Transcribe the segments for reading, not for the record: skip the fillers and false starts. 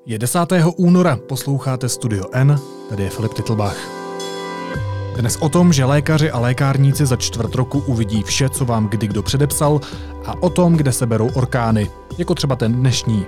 Je 10. února, posloucháte Studio N, tady je Filip Titlbach. Dnes o tom, že lékaři a lékárníci za čtvrt roku uvidí vše, co vám kdy kdo předepsal, a o tom, kde se berou orkány, jako třeba ten dnešní.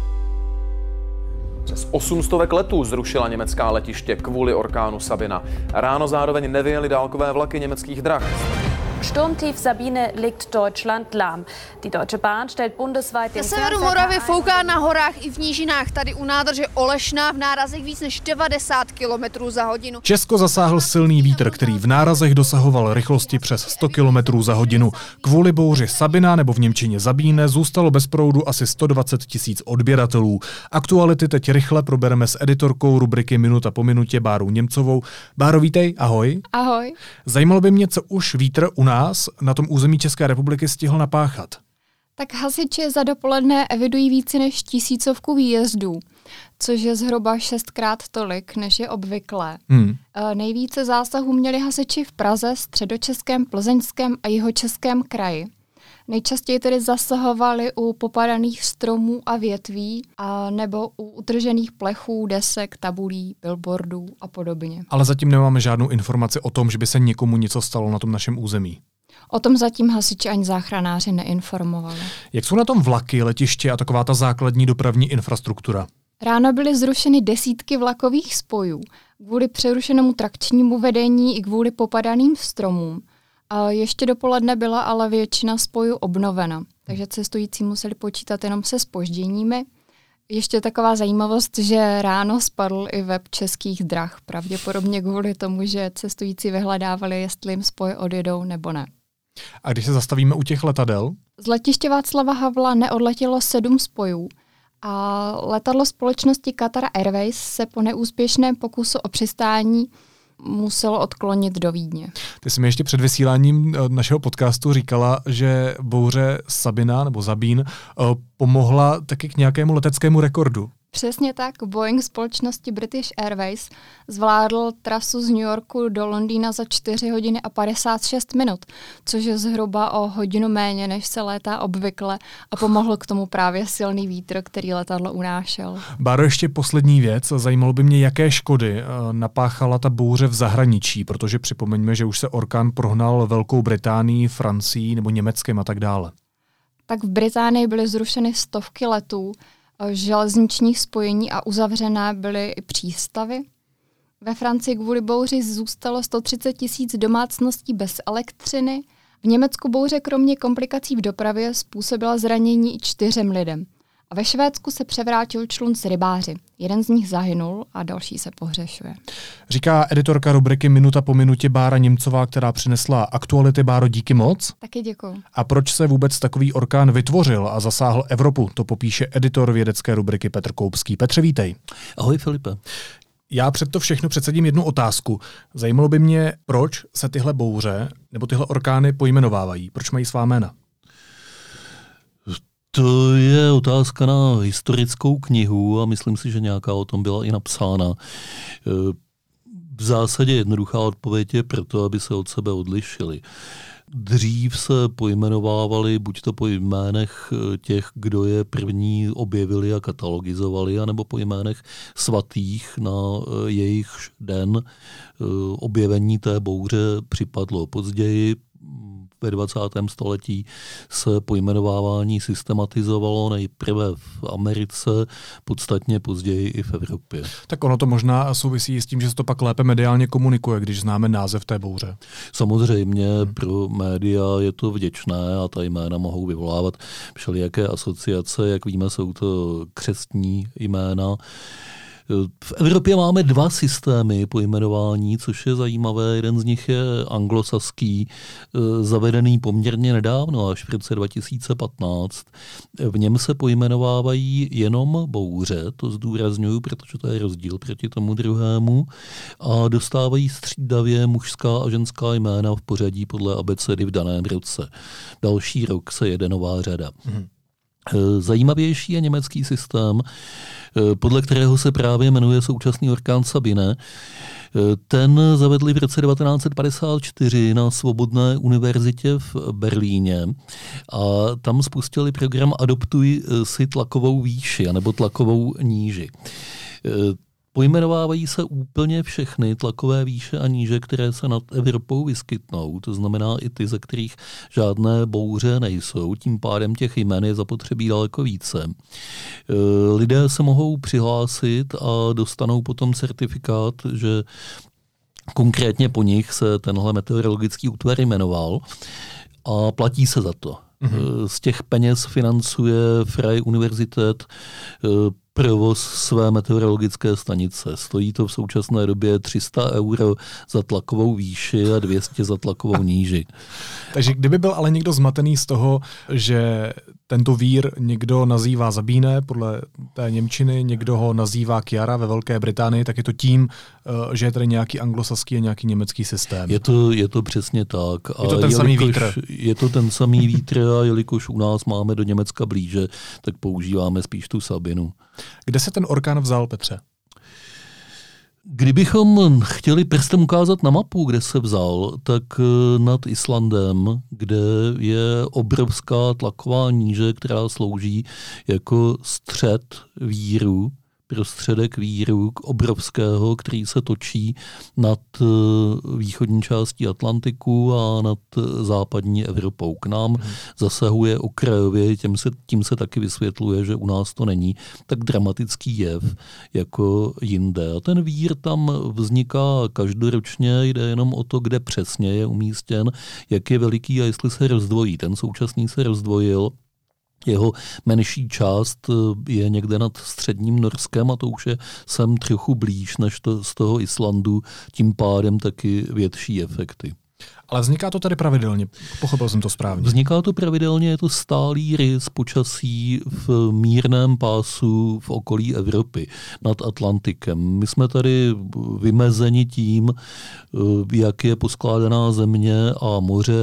Přes 800 letů zrušila německá letiště kvůli orkánu Sabina. Ráno zároveň nevyjeli dálkové vlaky německých drah. Sturmtief Sabine legt Deutschland lahm. Die Deutsche Bahn stellt bundesweit den Na severu Moravy fouká na horách i v nížinách. Tady u nádrže Olešná v nárazech víc než 90 km za hodinu. Česko zasáhl silný vítr, který v nárazech dosahoval rychlosti přes 100 km za hodinu. Kvůli bouři Sabina, nebo v němčině Sabine, zůstalo bez proudu asi 120 000 odběratelů. Aktuality teď rychle probereme s editorkou rubriky Minuta po minutě Bárou Němcovou. Báro, vítej, ahoj. Ahoj. Zajímalo by mě, co už vítr u nás na tom území České republiky stihl napáchat. Tak hasiči za dopoledne evidují více než 1000 výjezdů, což je zhruba 6krát tolik, než je obvyklé. Nejvíce zásahů měli hasiči v Praze, Středočeském, Plzeňském a Jihočeském kraji. Nejčastěji tedy zasahovali u popadaných stromů a větví, a nebo u utržených plechů, desek, tabulí, billboardů a podobně. Ale zatím nemáme žádnou informaci o tom, že by se někomu něco stalo na tom našem území. O tom zatím hasiči ani záchranáři neinformovali. Jak jsou na tom vlaky, letiště a taková ta základní dopravní infrastruktura? Ráno byly zrušeny desítky vlakových spojů kvůli přerušenému trakčnímu vedení i kvůli popadaným stromům. A ještě dopoledne byla ale většina spojů obnovena, takže cestující museli počítat jenom se zpožděními. Ještě taková zajímavost, že ráno spadl i web Českých drah, pravděpodobně kvůli tomu, že cestující vyhledávali, jestli jim spoje odjedou nebo ne. A když se zastavíme u těch letadel? Z letiště Václava Havla neodletělo 7 spojů a letadlo společnosti Qatar Airways se po neúspěšném pokusu o přistání muselo odklonit do Vídně. Ty jsi mi ještě před vysíláním našeho podcastu říkala, že bouře Sabina nebo Sabín pomohla taky k nějakému leteckému rekordu. Přesně tak, Boeing společnosti British Airways zvládl trasu z New Yorku do Londýna za 4 hodiny a 56 minut, což je zhruba o hodinu méně, než se létá obvykle, a pomohl k tomu právě silný vítr, který letadlo unášel. Báro, ještě poslední věc. Zajímalo by mě, jaké škody napáchala ta bouře v zahraničí, protože připomeňme, že už se orkán prohnal Velkou Británii, Francii nebo Německem a tak dále. Tak v Británii byly zrušeny stovky letů, železničních spojení a uzavřené byly i přístavy. Ve Francii kvůli bouři zůstalo 130 000 domácností bez elektřiny. V Německu bouře kromě komplikací v dopravě způsobila zranění i 4 lidem. A ve Švédsku se převrátil člun s rybáři. Jeden z nich zahynul a další se pohřešuje. Říká editorka rubriky Minuta po minutě Bára Němcová, která přinesla aktuality. Báro, díky moc. Taky děkuju. A proč se vůbec takový orkán vytvořil a zasáhl Evropu, to popíše editor vědecké rubriky Petr Koupský. Petře, vítej. Ahoj, Filipe. Já před to všechno předsedím jednu otázku. Zajímalo by mě, proč se tyhle bouře nebo tyhle orkány pojmenovávají. Proč mají svá jména? To je otázka na historickou knihu a myslím si, že nějaká o tom byla i napsána. V zásadě jednoduchá odpověď je proto, aby se od sebe odlišili. Dřív se pojmenovávali buď to po jménech těch, kdo je první objevili a katalogizovali, anebo po jménech svatých, na jejich den objevení té bouře připadlo později. Ve 20. století se pojmenovávání systematizovalo nejprve v Americe, podstatně později i v Evropě. Tak ono to možná souvisí s tím, že se to pak lépe mediálně komunikuje, když známe název té bouře. Samozřejmě pro média je to vděčné a ta jména mohou vyvolávat všelijaké asociace. Jak víme, jsou to křestní jména. V Evropě máme 2 systémy pojmenování, což je zajímavé. Jeden z nich je anglosaský, zavedený poměrně nedávno, až v roce 2015. V něm se pojmenovávají jenom bouře, to zdůrazňuji, protože to je rozdíl proti tomu druhému, a dostávají střídavě mužská a ženská jména v pořadí podle abecedy v daném roce. Další rok se jede nová řada. Zajímavější je německý systém, podle kterého se právě jmenuje současný orkán Sabine. Ten zavedli v roce 1954 na Svobodné univerzitě v Berlíně a tam spustili program Adoptuj si tlakovou výši anebo tlakovou níži. Pojmenovávají se úplně všechny tlakové výše a níže, které se nad Evropou vyskytnou, to znamená i ty, ze kterých žádné bouře nejsou, tím pádem těch jmen je zapotřebí daleko více. Lidé se mohou přihlásit a dostanou potom certifikát, že konkrétně po nich se tenhle meteorologický útvar jmenoval a platí se za to. Z těch peněz financuje Freie Universität provoz své meteorologické stanice. Stojí to v současné době 300 € za tlakovou výši a 200 za tlakovou níži. Takže kdyby byl ale někdo zmatený z toho, že tento vír někdo nazývá Sabine podle té němčiny, někdo ho nazývá Chiara ve Velké Británii, tak je to tím, že je tady nějaký anglosaský a nějaký německý systém. Je to přesně tak. Je to ten samý vítr. Je to ten samý vítr a jelikož u nás máme do Německa blíže, tak používáme spíš tu Sabinu. Kde se ten orkán vzal, Petře? Kdybychom chtěli prstem ukázat na mapu, kde se vzal, tak nad Islandem, kde je obrovská tlaková níže, která slouží jako střed víru, prostředek víru obrovského, který se točí nad východní částí Atlantiku a nad západní Evropou. K nám zasahuje okrajově, tím se taky vysvětluje, že u nás to není tak dramatický jev jako jinde. A ten vír tam vzniká každoročně, jde jenom o to, kde přesně je umístěn, jak je veliký a jestli se rozdvojí. Ten současný se rozdvojil. Jeho menší část je někde nad středním Norskem a to už je sem trochu blíž než z toho Islandu, tím pádem taky větší efekty. Ale vzniká to tady pravidelně, pochopil jsem to správně. Vzniká to pravidelně, je to stálý rys počasí v mírném pásu v okolí Evropy nad Atlantikem. My jsme tady vymezeni tím, jak je poskládaná země a moře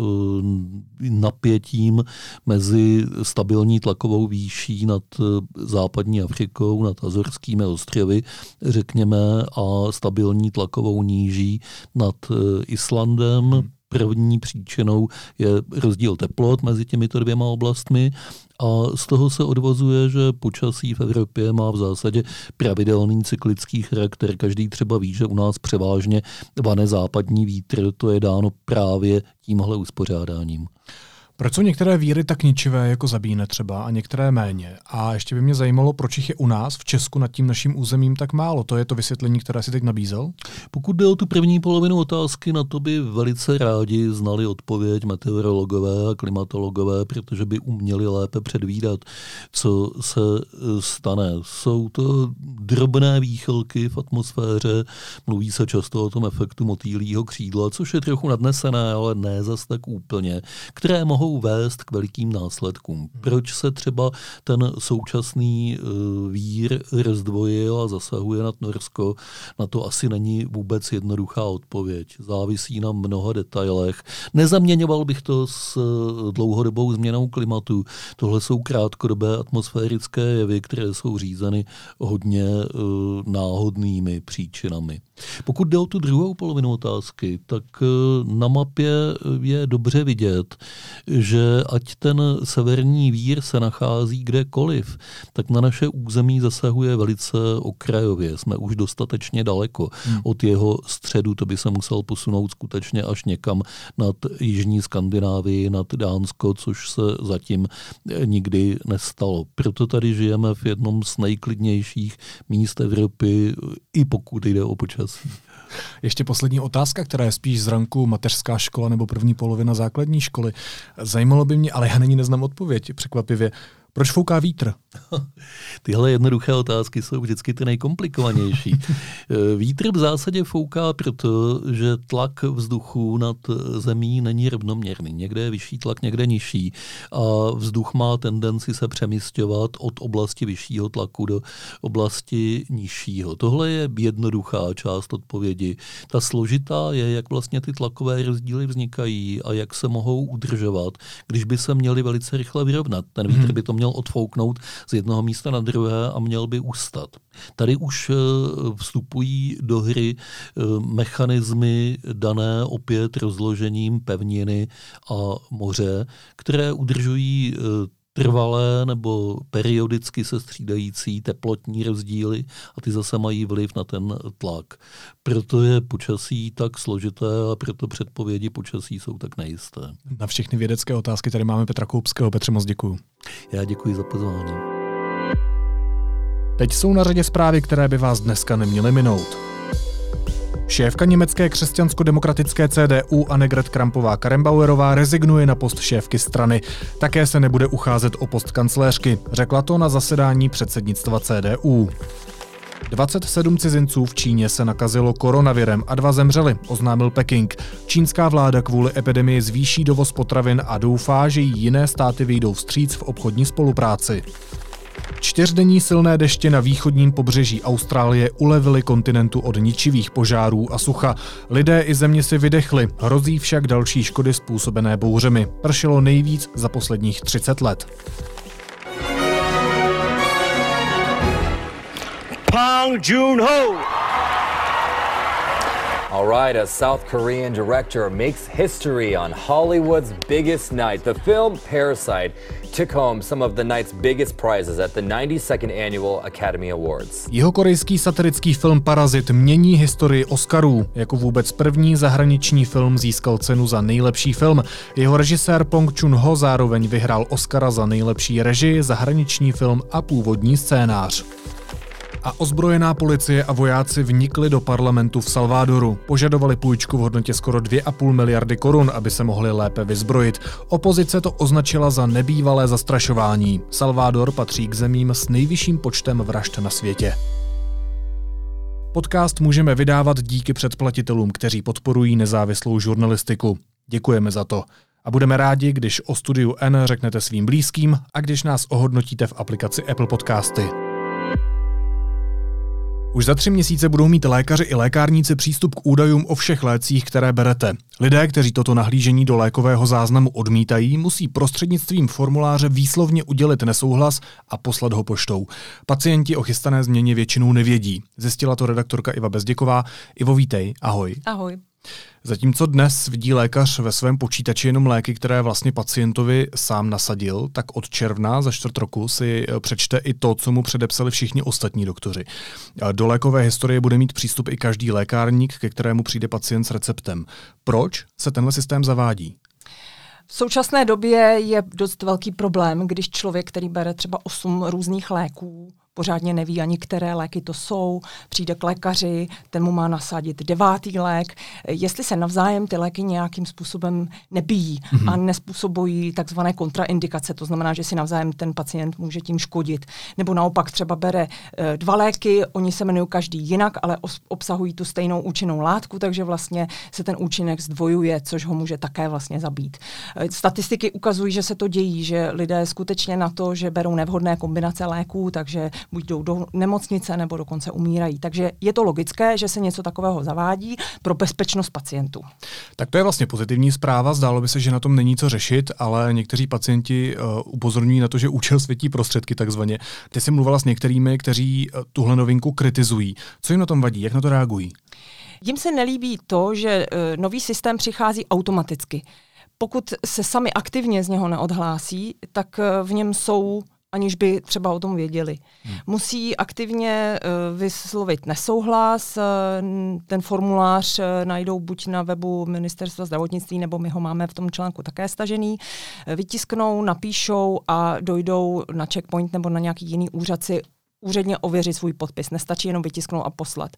napětím mezi stabilní tlakovou výší nad západní Afrikou, nad Azorskými ostrovy, řekněme, a stabilní tlakovou níží nad Islandem. První příčinou je rozdíl teplot mezi těmito dvěma oblastmi a z toho se odvozuje, že počasí v Evropě má v zásadě pravidelný cyklický charakter. Každý třeba ví, že u nás převážně vane západní vítr, to je dáno právě tímhle uspořádáním. Proč jsou některé víry tak ničivé jako Sabine třeba a některé méně? A ještě by mě zajímalo, proč jich je u nás v Česku nad tím naším územím tak málo. To je to vysvětlení, které si teď nabízel? Pokud jde o tu první polovinu otázky, na to by velice rádi znali odpověď meteorologové a klimatologové, protože by uměli lépe předvídat, co se stane. Jsou to drobné výchylky v atmosféře, mluví se často o tom efektu motýlího křídla, což je trochu nadnesené, ale ne zas tak úplně, které mohou vést k velikým následkům. Proč se třeba ten současný vír rozdvojil a zasahuje nad Norsko, na to asi není vůbec jednoduchá odpověď. Závisí na mnoha detailech. Nezaměňoval bych to s dlouhodobou změnou klimatu. Tohle jsou krátkodobé atmosférické jevy, které jsou řízeny hodně náhodnými příčinami. Pokud jde o tu druhou polovinu otázky, tak na mapě je dobře vidět, že ať ten severní vír se nachází kdekoliv, tak na naše území zasahuje velice okrajově. Jsme už dostatečně daleko od jeho středu, to by se musel posunout skutečně až někam nad jižní Skandinávii, nad Dánsko, což se zatím nikdy nestalo. Proto tady žijeme v jednom z nejklidnějších míst Evropy, i pokud jde o počasí. Ještě poslední otázka, která je spíš z ranku mateřská škola nebo první polovina základní školy. Zajímalo by mě, ale já na ní neznám odpověď, překvapivě. Proč fouká vítr? Tyhle jednoduché otázky jsou vždycky ty nejkomplikovanější. Vítr v zásadě fouká proto, že tlak vzduchu nad zemí není rovnoměrný. Někde je vyšší tlak, někde nižší. A vzduch má tendenci se přemisťovat od oblasti vyššího tlaku do oblasti nižšího. Tohle je jednoduchá část odpovědi. Ta složitá je, jak vlastně ty tlakové rozdíly vznikají a jak se mohou udržovat, když by se měly velice rychle vyrovnat. Ten vítr by to měl měl odfouknout z jednoho místa na druhé a měl by ustat. Tady už vstupují do hry mechanismy dané opět rozložením pevniny a moře, které udržují trvalé nebo periodicky se střídající teplotní rozdíly a ty zase mají vliv na ten tlak. Proto je počasí tak složité a proto předpovědi počasí jsou tak nejisté. Na všechny vědecké otázky tady máme Petra Koupského. Petře, moc děkuju. Já děkuji za pozvání. Teď jsou na řadě zprávy, které by vás dneska neměly minout. Šéfka německé křesťansko-demokratické CDU Annegret Krampová-Karrenbauerová rezignuje na post šéfky strany. Také se nebude ucházet o post kancléřky, řekla to na zasedání předsednictva CDU. 27 cizinců v Číně se nakazilo koronavirem a 2 zemřeli, oznámil Peking. Čínská vláda kvůli epidemii zvýší dovoz potravin a doufá, že jí jiné státy vyjdou vstříc v obchodní spolupráci. 4denní silné deště na východním pobřeží Austrálie ulevily kontinentu od ničivých požárů a sucha. Lidé i země si vydechli, hrozí však další škody způsobené bouřemi. Pršelo nejvíc za posledních 30 let. Bong Joon-ho! All right, a South Korean director makes history on Hollywood's biggest night. The film Parasite took home some of the night's biggest prizes at the 92nd Annual Academy Awards. Jihokorejský satirický film Parazit mění historii Oscarů. Jako vůbec první zahraniční film získal cenu za nejlepší film. Jeho režisér Bong Joon-ho zároveň vyhrál Oscara za nejlepší režii, zahraniční film a původní scénář. A ozbrojená policie a vojáci vnikli do parlamentu v Salvadoru. Požadovali půjčku v hodnotě skoro 2,5 miliardy korun, aby se mohli lépe vyzbrojit. Opozice to označila za nebývalé zastrašování. Salvador patří k zemím s nejvyšším počtem vražd na světě. Podcast můžeme vydávat díky předplatitelům, kteří podporují nezávislou žurnalistiku. Děkujeme za to. A budeme rádi, když o Studiu N řeknete svým blízkým a když nás ohodnotíte v aplikaci Apple Podcasty. Už za 3 měsíce budou mít lékaři i lékárníci přístup k údajům o všech lécích, které berete. Lidé, kteří toto nahlížení do lékového záznamu odmítají, musí prostřednictvím formuláře výslovně udělit nesouhlas a poslat ho poštou. Pacienti o chystané změně většinou nevědí. Zjistila to redaktorka Iva Bezděková. Ivo, vítej, ahoj. Ahoj. Zatímco dnes vidí lékař ve svém počítači jenom léky, které vlastně pacientovi sám nasadil, tak od června za 4 roku si přečte i to, co mu předepsali všichni ostatní doktoři. Do lékové historie bude mít přístup i každý lékárník, ke kterému přijde pacient s receptem. Proč se tenhle systém zavádí? V současné době je dost velký problém, když člověk, který bere třeba 8 různých léků, pořádně neví ani, které léky to jsou, přijde k lékaři, ten mu má nasadit 9. lék, jestli se navzájem ty léky nějakým způsobem nebijí a nespůsobují takzvané kontraindikace, to znamená, že si navzájem ten pacient může tím škodit. Nebo naopak třeba bere 2 léky, oni se jmenují každý jinak, ale obsahují tu stejnou účinnou látku, takže vlastně se ten účinek zdvojuje, což ho může také vlastně zabít. Statistiky ukazují, že se to dějí, že lidé skutečně na to, že berou nevhodné kombinace léků, takže buď jdou do nemocnice, nebo dokonce umírají. Takže je to logické, že se něco takového zavádí pro bezpečnost pacientů. Tak to je vlastně pozitivní zpráva. Zdálo by se, že na tom není co řešit, ale někteří pacienti upozorňují na to, že účel světí prostředky takzvaně. Ty jsi mluvila s některými, kteří tuhle novinku kritizují. Co jim na tom vadí? Jak na to reagují? Jim se nelíbí to, že nový systém přichází automaticky. Pokud se sami aktivně z něho neodhlásí, tak v něm jsou, aniž by třeba o tom věděli. Musí aktivně vyslovit nesouhlas, ten formulář najdou buď na webu Ministerstva zdravotnictví, nebo my ho máme v tom článku také stažený, vytisknou, napíšou a dojdou na checkpoint nebo na nějaký jiný úřad si úředně ověřit svůj podpis. Nestačí jenom vytisknout a poslat.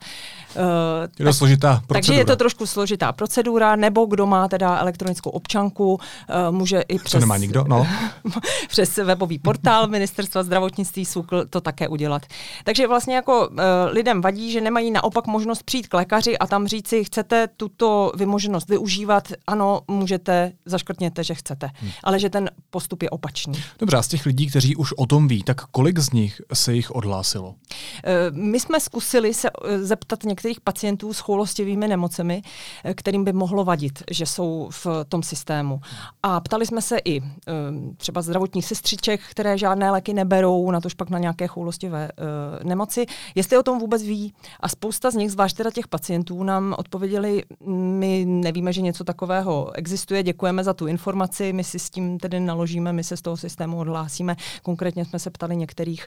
Je to složitá procedura. Takže je to trošku složitá procedura, nebo kdo má teda elektronickou občanku, může i přes... To nemá nikdo, no. přes webový portál Ministerstva zdravotnictví SÚKL to také udělat. Takže vlastně jako lidem vadí, že nemají naopak možnost přijít k lékaři a tam říci, chcete tuto vymoženost využívat, ano, můžete, zaškrtněte, že chcete. Ale že ten postup je opačný. Dobře, a z těch lidí, kteří už o tom ví, tak kolik z nich se jich odhlásilo? My jsme zkusili se zeptat některých pacientů s choulostivými nemocemi, kterým by mohlo vadit, že jsou v tom systému. A ptali jsme se i třeba zdravotních sestřiček, které žádné léky neberou, natož pak na nějaké choulostivé nemoci, jestli o tom vůbec ví. A spousta z nich, zvlášť teda těch pacientů, nám odpověděli, my nevíme, že něco takového existuje, děkujeme za tu informaci, my si s tím tedy naložíme, my se z toho systému odhlásíme. Konkrétně jsme se ptali některých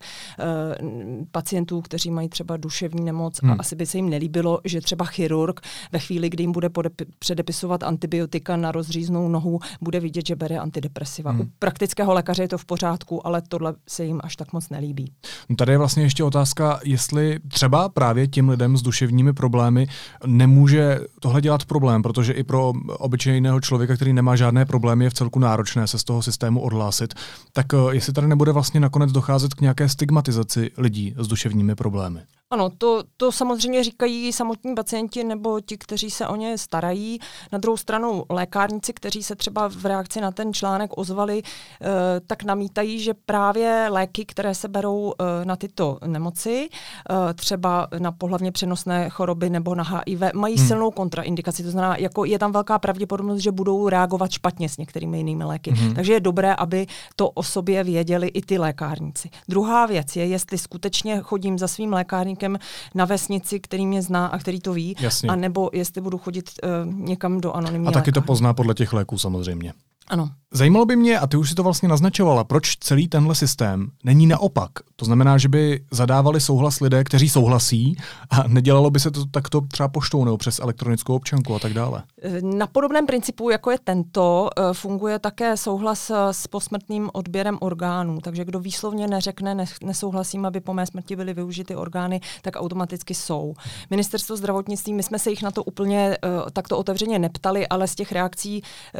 pacientů, kteří mají třeba duševní nemoc a asi by se jim nelíbilo, že třeba chirurg ve chvíli, kdy jim bude předepisovat antibiotika na rozříznou nohu, bude vidět, že bere antidepresiva. U praktického lékaře je to v pořádku, ale tohle se jim až tak moc nelíbí. Tady je vlastně ještě otázka, jestli třeba právě těm lidem s duševními problémy nemůže tohle dělat problém, protože i pro obyčejného člověka, který nemá žádné problémy, je v celku náročné se z toho systému odhlásit. Tak jestli tady nebude vlastně nakonec docházet k nějaké stigmatizaci lidí s duševními problémy. Ano, to samozřejmě říkají samotní pacienti nebo ti, kteří se o ně starají. Na druhou stranu lékárníci, kteří se třeba v reakci na ten článek ozvali, tak namítají, že právě léky, které se berou na tyto nemoci, třeba na pohlavně přenosné choroby nebo na HIV, mají silnou kontraindikaci. To znamená, jako je tam velká pravděpodobnost, že budou reagovat špatně s některými jinými léky. Takže je dobré, aby to o sobě věděli i ty lékárníci. Druhá věc je, jestli skutečně chodím za svým lékárníkem na vesnici, který mě zná a který to ví, a nebo jestli budu chodit někam do anonymní lékárny. A taky to lékárny. pozná podle těch léků samozřejmě. Ano. Zajímalo by mě, a ty už si to vlastně naznačovala, proč celý tenhle systém není naopak. To znamená, že by zadávali souhlas lidé, kteří souhlasí, a nedělalo by se to takto třeba poštou nebo přes elektronickou občanku a tak dále. Na podobném principu, jako je tento, funguje také souhlas s posmrtným odběrem orgánů. Takže kdo výslovně neřekne, nesouhlasím, aby po mé smrti byly využity orgány, tak automaticky jsou. Ministerstvo zdravotnictví, my jsme se jich na to úplně takto otevřeně neptali, ale z těch reakcí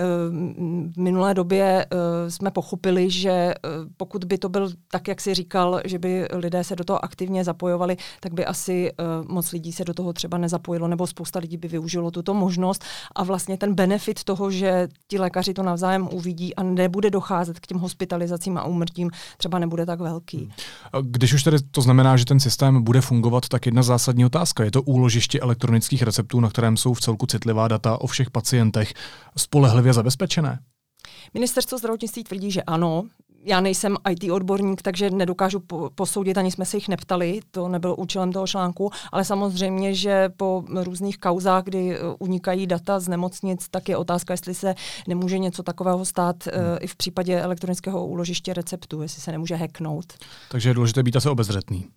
v minulé době jsme pochopili, že pokud by to byl tak, jak si říkal, že by lidé se do toho aktivně zapojovali, tak by asi moc lidí se do toho třeba nezapojilo, nebo spousta lidí by využilo tuto možnost. A vlastně ten benefit toho, že ti lékaři to navzájem uvidí a nebude docházet k těm hospitalizacím a úmrtím, třeba nebude tak velký. Když už tedy to znamená, že ten systém bude fungovat, tak jedna zásadní otázka. Je to úložiště elektronických receptů, na kterém jsou v celku citlivá data o všech pacientech, spolehlivě zabezpečené? Ministerstvo zdravotnictví tvrdí, že ano. Já nejsem IT odborník, takže nedokážu posoudit, ani jsme se jich neptali, to nebylo účelem toho článku, ale samozřejmě, že po různých kauzách, kdy unikají data z nemocnic, tak je otázka, jestli se nemůže něco takového stát i v případě elektronického úložiště receptu, jestli se nemůže hacknout. Takže je důležité být asi obezřetný.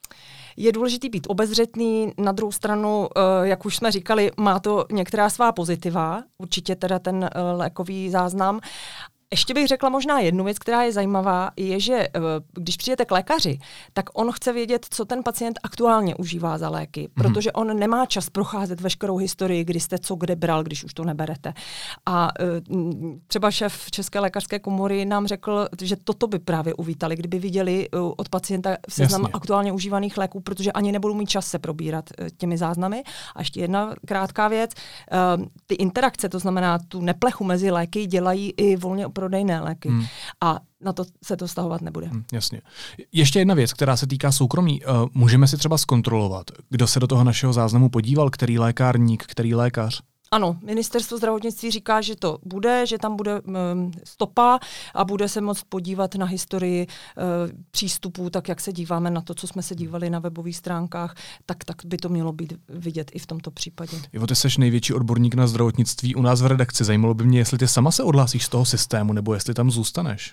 Je důležité být obezřetný, na druhou stranu, jak už jsme říkali, má to některá svá pozitiva, určitě teda ten lékový záznam. Ještě bych řekla možná jednu věc, která je zajímavá, je, že když přijdete k lékaři, tak on chce vědět, co ten pacient aktuálně užívá za léky, protože on nemá čas procházet veškerou historii, kdy jste co kde bral, když už to neberete. A třeba šéf České lékařské komory nám řekl, že toto by právě uvítali, kdyby viděli od pacienta seznam aktuálně užívaných léků, protože ani nebudou mít čas se probírat těmi záznamy. A ještě jedna krátká věc, ty interakce, to znamená tu neplechu mezi léky, dělají i volně prodejné léky. A na to se to vztahovat nebude. Jasně. Ještě jedna věc, která se týká soukromí. Můžeme si třeba zkontrolovat, kdo se do toho našeho záznamu podíval, který lékárník, který lékař? Ano, ministerstvo zdravotnictví říká, že to bude, že tam bude stopa a bude se moct podívat na historii přístupů, tak jak se díváme na to, co jsme se dívali na webových stránkách, tak by to mělo být vidět i v tomto případě. Ivo, ty seš největší odborník na zdravotnictví u nás v redakci. Zajímalo by mě, jestli ty sama se odhlásíš z toho systému, nebo jestli tam zůstaneš.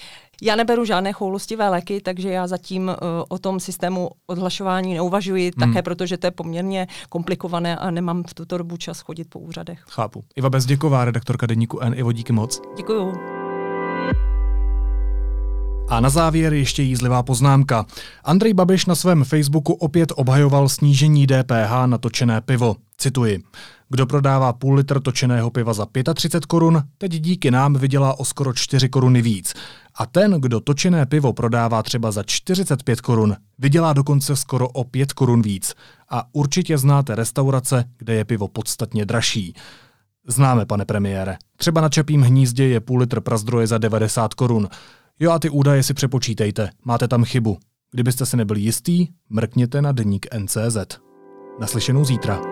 Já neberu žádné choulostivé léky, takže já zatím o tom systému odhlašování neuvažuji, také protože to je poměrně komplikované a nemám v tuto dobu čas chodit po úřadech. Chápu. Iva Bezděková, redaktorka deníku N. Ivo, díky moc. Děkuju. A na závěr ještě jízlivá poznámka. Andrej Babiš na svém Facebooku opět obhajoval snížení DPH na točené pivo. Cituji. Kdo prodává půl litr točeného piva za 35 korun, teď díky nám vydělá o skoro 4 koruny víc. A ten, kdo točené pivo prodává třeba za 45 korun, vydělá dokonce skoro o 5 korun víc. A určitě znáte restaurace, kde je pivo podstatně dražší. Známe, pane premiére. Třeba na Čapím hnízdě je půl litr Prazdroje za 90 korun. Jo, a ty údaje si přepočítejte, máte tam chybu. Kdybyste si nebyli jistý, mrkněte na deník N.cz. Naslyšenou zítra.